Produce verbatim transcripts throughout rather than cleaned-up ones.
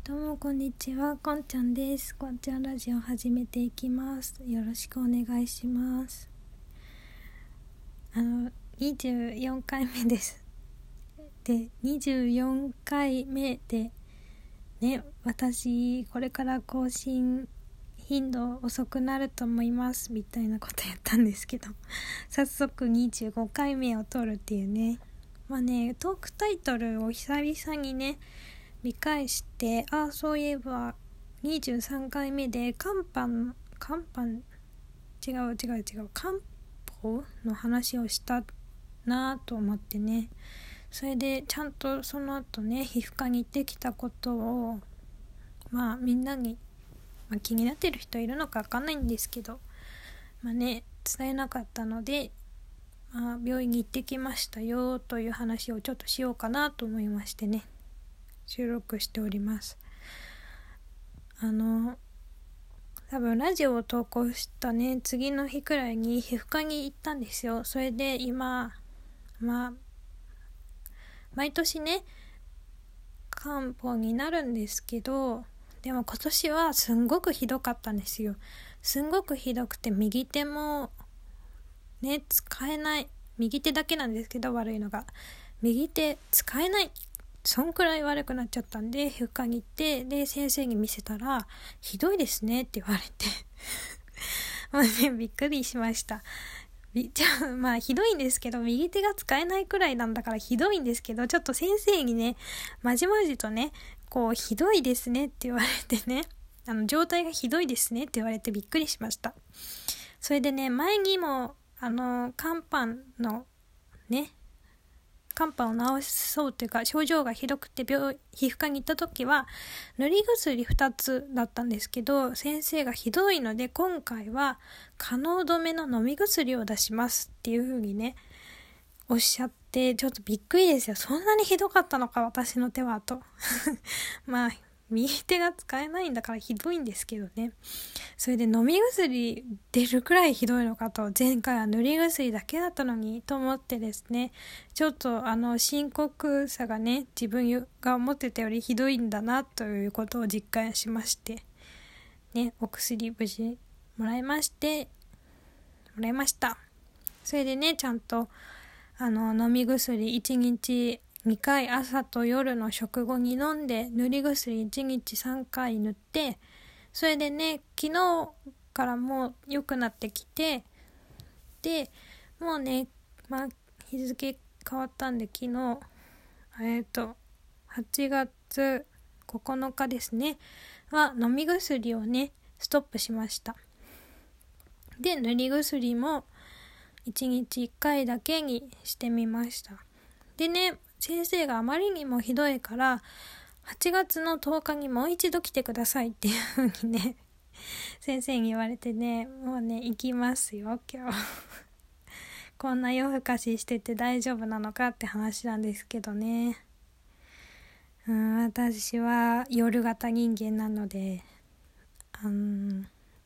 どうもこんにちは、こんちゃんです。こんちゃんラジオ始めていきます。よろしくお願いします。あのにじゅうよんかいめです。でにじゅうよんかいめでね、私これから更新頻度遅くなると思いますみたいなことやったんですけど早速にじゅうごかいめを撮るっていうね。まあね、トークタイトルを久々にね見返して、ああそういえばにじゅうさんかいめで寒波寒波違う違う違う漢方の話をしたなと思ってね。それでちゃんとその後ね皮膚科に行ってきたことをまあみんなに、まあ、気になってる人いるのか分かんないんですけど、まあね伝えなかったので、まあ、病院に行ってきましたよという話をちょっとしようかなと思いましてね、収録しております。あの多分ラジオを投稿したね次の日くらいに皮膚科に行ったんですよ。それで今まあ毎年ね漢方になるんですけど、でも今年はすんごくひどかったんですよ。すんごくひどくて右手もね使えない、右手だけなんですけど悪いのが右手使えない、そんくらい悪くなっちゃったんで皮膚科に行って、で先生に見せたらひどいですねって言われてもうねびっくりしました。じゃあまあひどいんですけど、右手が使えないくらいなんだからひどいんですけど、ちょっと先生にねまじまじとねこうひどいですねって言われてね、あの状態がひどいですねって言われてびっくりしました。それでね前にもあの肝斑のね肝斑を治そうというか症状がひどくて病皮膚科に行った時は塗り薬ふたつだったんですけど、先生がひどいので今回は可能止めの飲み薬を出しますっていう風にねおっしゃって、ちょっとびっくりですよ。そんなにひどかったのか私の手はとまあ右手が使えないんだからひどいんですけどね。それで飲み薬出るくらいひどいのかと、前回は塗り薬だけだったのにと思ってですね、ちょっとあの深刻さがね自分が思ってたよりひどいんだなということを実感しましてね、お薬無事もらいましてもらいました。それでねちゃんとあの飲み薬いちにちにかい朝と夜の食後に飲んで、塗り薬いちにちさんかい塗って、それでね昨日からもう良くなってきて、でもうねまあ日付変わったんで昨日えっとはちがつここのかですねは飲み薬をねストップしました。で塗り薬もいちにちいっかいだけにしてみました。でね先生があまりにもひどいからはちがつのとおかにもう一度来てくださいっていう風にね先生に言われてね、もうね行きますよ今日こんな夜更かししてて大丈夫なのかって話なんですけどね。うん、私は夜型人間なので、うん、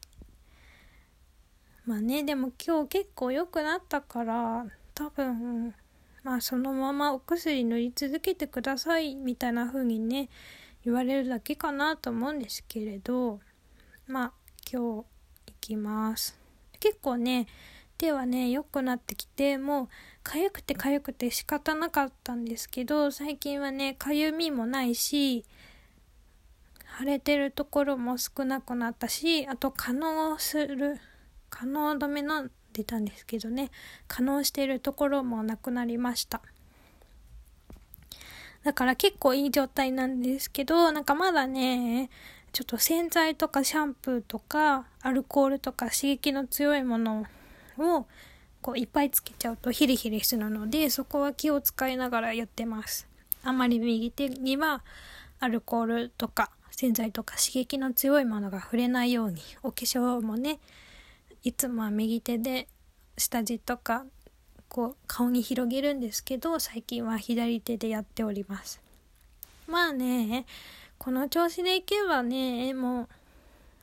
まあねでも今日結構良くなったから多分まあそのままお薬塗り続けてくださいみたいな風にね言われるだけかなと思うんですけれど、まあ今日行きます。結構ね手はね良くなってきて、もう痒くて痒くて仕方なかったんですけど、最近はね痒みもないし腫れてるところも少なくなったし、あと可能する可能止めの出たんですけどね、可能しているところもなくなりました。だから結構いい状態なんですけど、なんかまだねちょっと洗剤とかシャンプーとかアルコールとか刺激の強いものをこういっぱいつけちゃうとヒリヒリするので、そこは気を使いながらやってます。あまり右手にはアルコールとか洗剤とか刺激の強いものが触れないように、お化粧もねいつもは右手で下地とかこう顔に広げるんですけど、最近は左手でやっております。まあねこの調子でいけばねもう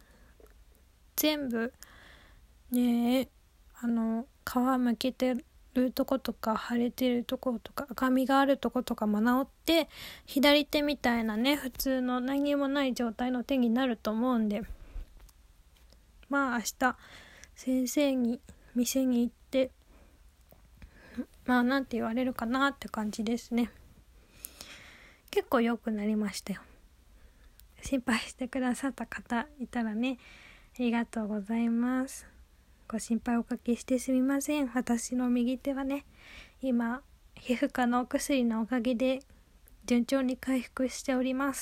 全部ねあの皮むけてるとことか腫れてるとことか赤みがあるとことかも治って、左手みたいなね普通の何もない状態の手になると思うんで、まあ明日先生に店に行ってまあなんて言われるかなって感じですね。結構良くなりましたよ。心配してくださった方いたらね、ありがとうございます。ご心配おかけしてすみません。私の右手はね、今皮膚科のお薬のおかげで順調に回復しております。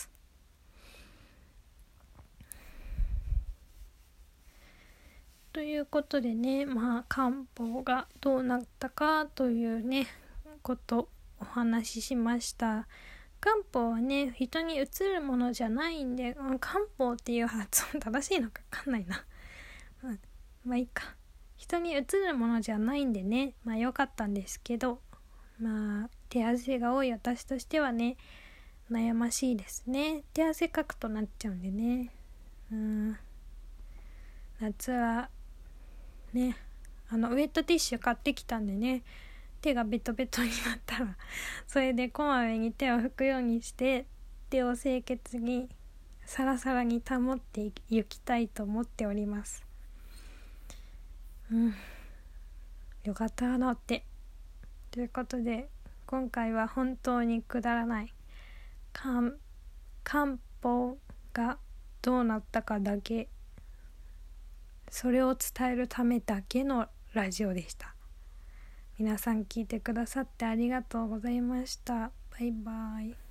ということでね、まあ漢方がどうなったかというねことお話ししました。漢方はね人にうつるものじゃないんで、漢方っていう発音正しいのか分かんないな、まあ、まあいいか。人にうつるものじゃないんでね、まあ良かったんですけど、まあ手汗が多い私としてはね悩ましいですね。手汗かくとなっちゃうんでね、うん、夏はねあのウェットティッシュ買ってきたんでね、手がベトベトになったらそれでこまめに手を拭くようにして手を清潔にサラサラに保っていきたいと思っております。うん、よかったなって。ということで今回は本当にくだらない漢漢方がどうなったかだけ、それを伝えるためだけのラジオでした。皆さん聞いてくださってありがとうございました。バイバイ。